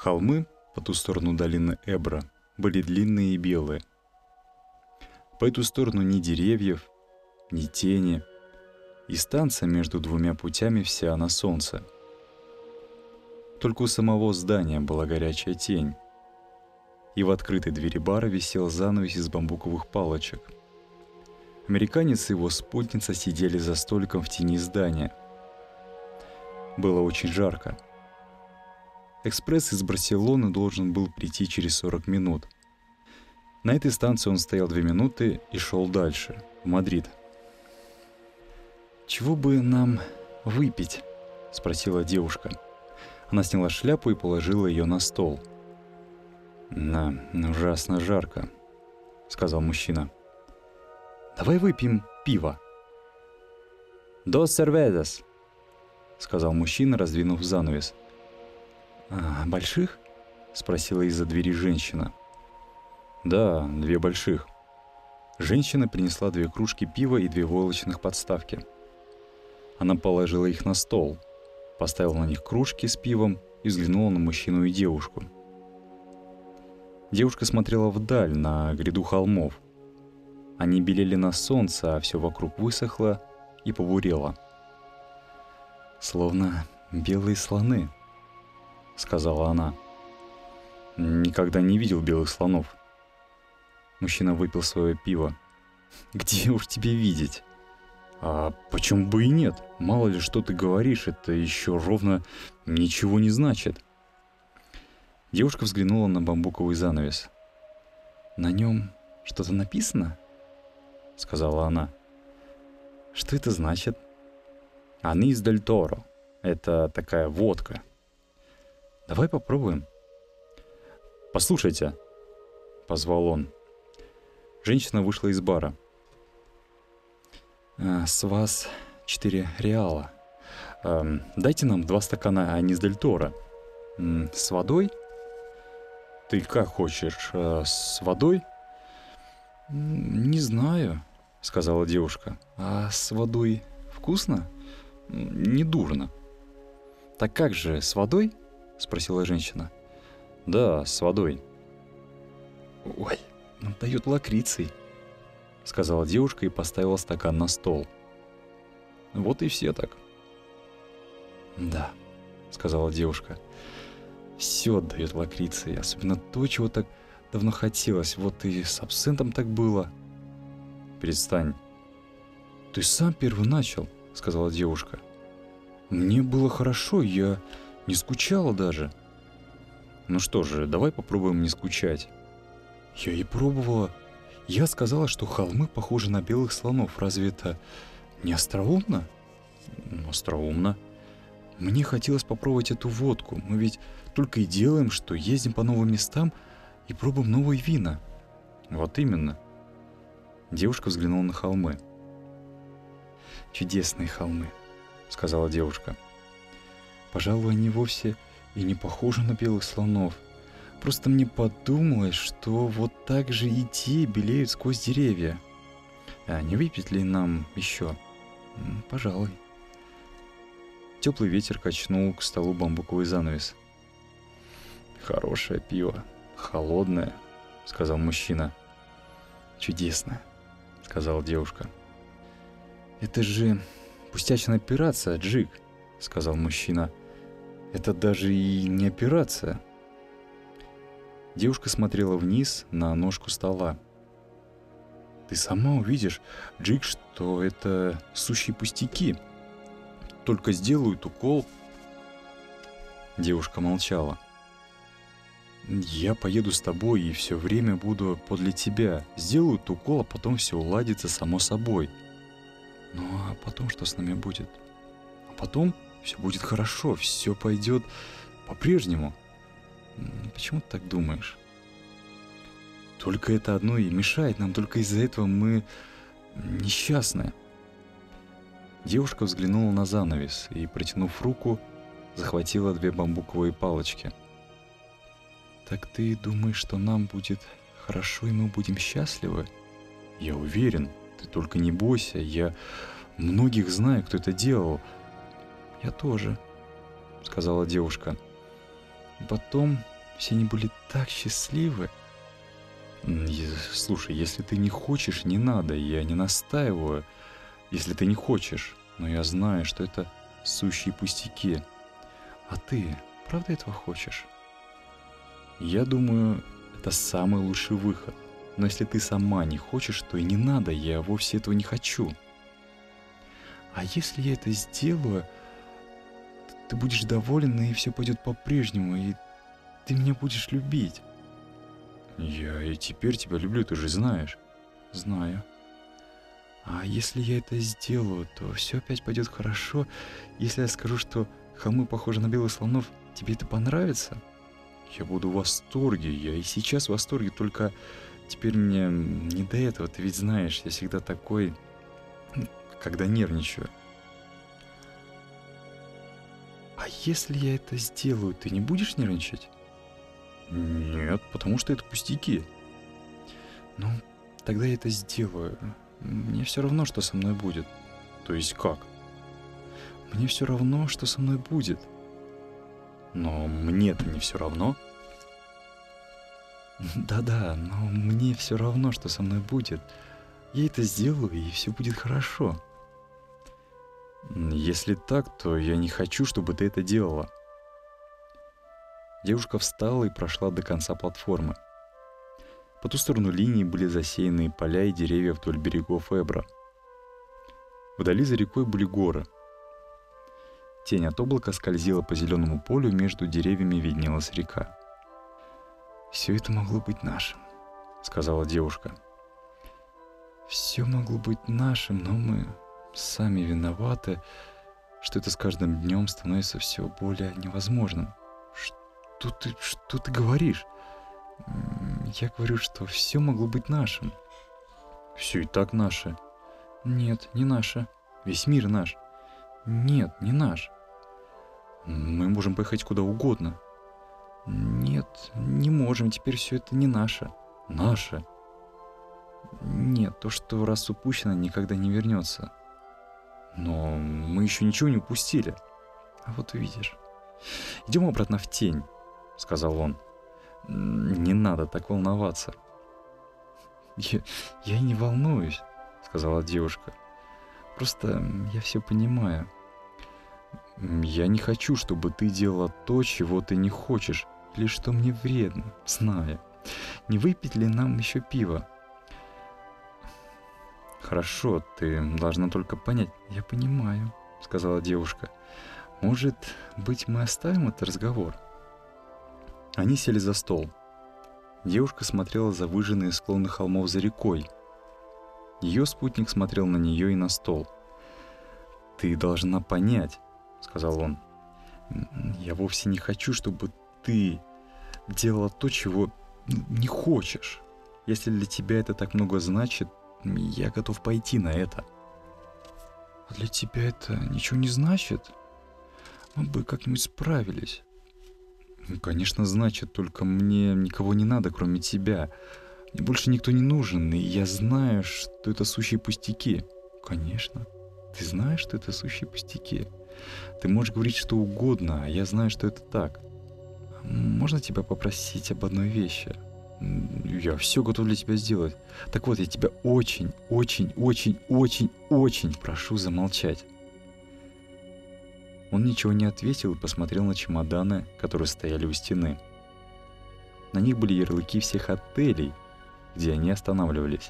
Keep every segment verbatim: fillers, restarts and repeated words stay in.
Холмы по ту сторону долины Эбра были длинные и белые. По эту сторону ни деревьев, ни тени, и станция между двумя путями вся на солнце. Только у самого здания была горячая тень, и в открытой двери бара висел занавес из бамбуковых палочек. Американец и его спутница сидели за столиком в тени здания. Было очень жарко. Экспресс из Барселоны должен был прийти через сорок минут. На этой станции он стоял две минуты и шел дальше, в Мадрид. «Чего бы нам выпить?» — спросила девушка. Она сняла шляпу и положила ее на стол. «Да, ужасно жарко», — сказал мужчина. «Давай выпьем пиво». «Dos cervezas», — сказал мужчина, раздвинув занавес. «А, больших?» — спросила из-за двери женщина. «Да, две больших». Женщина принесла две кружки пива и две войлочных подставки. Она положила их на стол, поставила на них кружки с пивом и взглянула на мужчину и девушку. Девушка смотрела вдаль, на гряду холмов. Они белели на солнце, а все вокруг высохло и побурело. «Словно белые слоны», — сказала она. «Никогда не видел белых слонов». Мужчина выпил свое пиво. «Где уж тебе видеть?» «А почему бы и нет? Мало ли, что ты говоришь, это еще ровно ничего не значит». Девушка взглянула на бамбуковый занавес. «На нем что-то написано?» — сказала она. «Что это значит?» «Анис дель Торо. Это такая водка». «Давай попробуем». «Послушайте», — позвал он. Женщина вышла из бара. «С вас четыре реала. Дайте нам два стакана анис дель Торо. С водой?» «Ты как хочешь, с водой?» «Не знаю», — сказала девушка. «А с водой вкусно?» «Не дурно». «Так как же, с водой?» — спросила женщина. «Да, с водой». «Ой, отдает лакрицей», — сказала девушка и поставила стакан на стол. «Вот и все так». «Да», — сказала девушка. «Все отдает лакрицей, особенно то, чего так давно хотелось. Вот и с абсентом так было». «Перестань». «Ты сам первый начал», — сказала девушка. «Мне было хорошо, я не скучала даже». «Ну что же, давай попробуем не скучать». «Я и пробовала. Я сказала, что холмы похожи на белых слонов. Разве это не остроумно?» «Остроумно». «Мне хотелось попробовать эту водку. Мы ведь только и делаем, что ездим по новым местам и пробуем новые вина». «Вот именно». Девушка взглянула на холмы. «Чудесные холмы», — сказала девушка. «Пожалуй, они вовсе и не похожи на белых слонов. Просто мне подумалось, что вот так же и те белеют сквозь деревья. А не выпить ли нам еще? Пожалуй». Теплый ветер качнул к столу бамбуковый занавес. «Хорошее пиво, холодное», — сказал мужчина. «Чудесно», — сказала девушка. «Это же пустячная операция, Джик», — сказал мужчина. «Это даже и не операция». Девушка смотрела вниз на ножку стола. «Ты сама увидишь, Джик, что это сущие пустяки. Только сделают укол». Девушка молчала. «Я поеду с тобой и все время буду подле тебя. Сделают укол, а потом все уладится само собой». «Ну а потом что с нами будет?» «А потом все будет хорошо, все пойдет по-прежнему». «Почему ты так думаешь?» «Только это одно и мешает нам, только из-за этого мы несчастны». Девушка взглянула на занавес и, протянув руку, захватила две бамбуковые палочки. «Так ты думаешь, что нам будет хорошо и мы будем счастливы?» «Я уверен, ты только не бойся, я многих знаю, кто это делал». «Я тоже», — сказала девушка. «Потом Все они были так счастливы. М, е- Слушай, если ты не хочешь, не надо, я не настаиваю, если ты не хочешь. Но я знаю, что это сущие пустяки. А ты, правда этого хочешь? Я думаю, это самый лучший выход. Но если ты сама не хочешь, то и не надо, я вовсе этого не хочу. А если я это сделаю, т- ты будешь доволен, и все пойдет по-прежнему, и ты меня будешь любить. Я и теперь тебя люблю, ты же знаешь. Знаю. А если я это сделаю, то все опять пойдет хорошо. Если я скажу, что холмы похожи на белых слонов, тебе это понравится? Я буду в восторге, я и сейчас в восторге, только теперь мне не до этого, ты ведь знаешь, я всегда такой, м, когда нервничаю. А если я это сделаю, ты не будешь нервничать? Нет, потому что это пустяки. Ну, тогда я это сделаю. Мне все равно, что со мной будет. То есть как? Мне все равно, что со мной будет. Но мне-то не все равно. Да-да, но мне все равно, что со мной будет. Я это сделаю, и все будет хорошо. М, Если так, то я не хочу, чтобы ты это делала. Девушка встала и прошла до конца платформы. По ту сторону линии были засеянные поля и деревья вдоль берегов Эбра. Вдали за рекой были горы. Тень от облака скользила по зеленому полю, между деревьями виднелась река. «Все это могло быть нашим», — сказала девушка. «Все могло быть нашим, но мы сами виноваты, что это с каждым днем становится все более невозможным». «Что ты, что ты говоришь?» «М, Я говорю, что все могло быть нашим». «Все и так наше». «Нет, не наше. Весь мир наш». «Нет, не наш». «Мы можем поехать куда угодно». «Нет, не можем, теперь все это не наше». «Наше». «Нет, то, что раз упущено, никогда не вернется». «Но мы еще ничего не упустили». «А вот увидишь». «Идем обратно в тень», — сказал он. «М, «Не надо так волноваться». «Я, я и не волнуюсь», — сказала девушка. «Просто м, я все понимаю. М, Я не хочу, чтобы ты делала то, чего ты не хочешь, или что мне вредно, знаю. Не выпить ли нам еще пиво?» «Хорошо, ты должна только понять». «Я понимаю», — сказала девушка. «Может быть, мы оставим этот разговор?» Они сели за стол. Девушка смотрела за выжженные склоны холмов за рекой. Ее спутник смотрел на нее и на стол. «Ты должна понять», — сказал он. «М, Я вовсе не хочу, чтобы ты делала то, чего м, не хочешь. Если для тебя это так много значит, м, я готов пойти на это». «А для тебя это ничего не значит? Мы бы как-нибудь справились». «Ну, конечно, значит, только мне никого не надо, кроме тебя. Мне больше никто не нужен, и я знаю, что это сущие пустяки». «Конечно. Ты знаешь, что это сущие пустяки. Ты можешь говорить что угодно, а я знаю, что это так. Можно тебя попросить об одной вещи?» «М, Я все готов для тебя сделать. Так вот, я тебя очень, очень, очень, очень, очень прошу замолчать». Он ничего не ответил и посмотрел на чемоданы, которые стояли у стены. На них были ярлыки всех отелей, где они останавливались.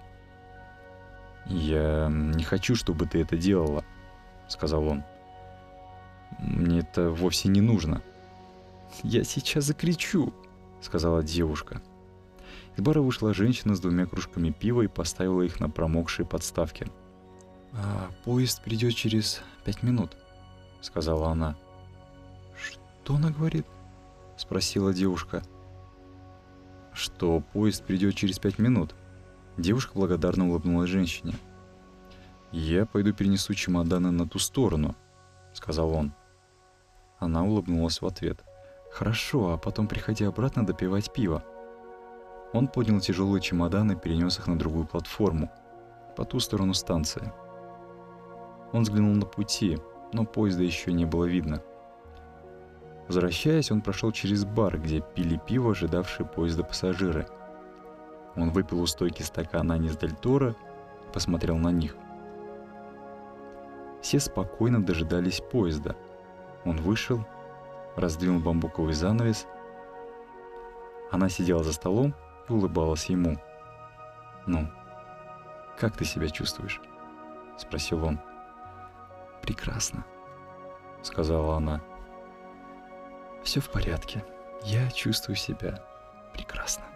«Я не хочу, чтобы ты это делала», — сказал он. «Мне это вовсе не нужно». «Я сейчас закричу», — сказала девушка. Из бара вышла женщина с двумя кружками пива и поставила их на промокшие подставки. «А поезд придет через пять минут», — сказала она. «Что она говорит?» — спросила девушка. «Что поезд придет через пять минут». Девушка благодарно улыбнулась женщине. «Я пойду перенесу чемоданы на ту сторону», — сказал он. Она улыбнулась в ответ. «Хорошо, а потом приходи обратно допивать пиво». Он поднял тяжелые чемоданы и перенес их на другую платформу, по ту сторону станции. Он взглянул на пути, но поезда еще не было видно. Возвращаясь, он прошел через бар, где пили пиво ожидавшие поезда пассажиры. Он выпил у стойки стакан Анис Дель Торо и посмотрел на них. Все спокойно дожидались поезда. Он вышел, раздвинул бамбуковый занавес. Она сидела за столом и улыбалась ему. «Ну, как ты себя чувствуешь?» — спросил он. «Прекрасно», — сказала она. «Все в порядке. Я чувствую себя прекрасно».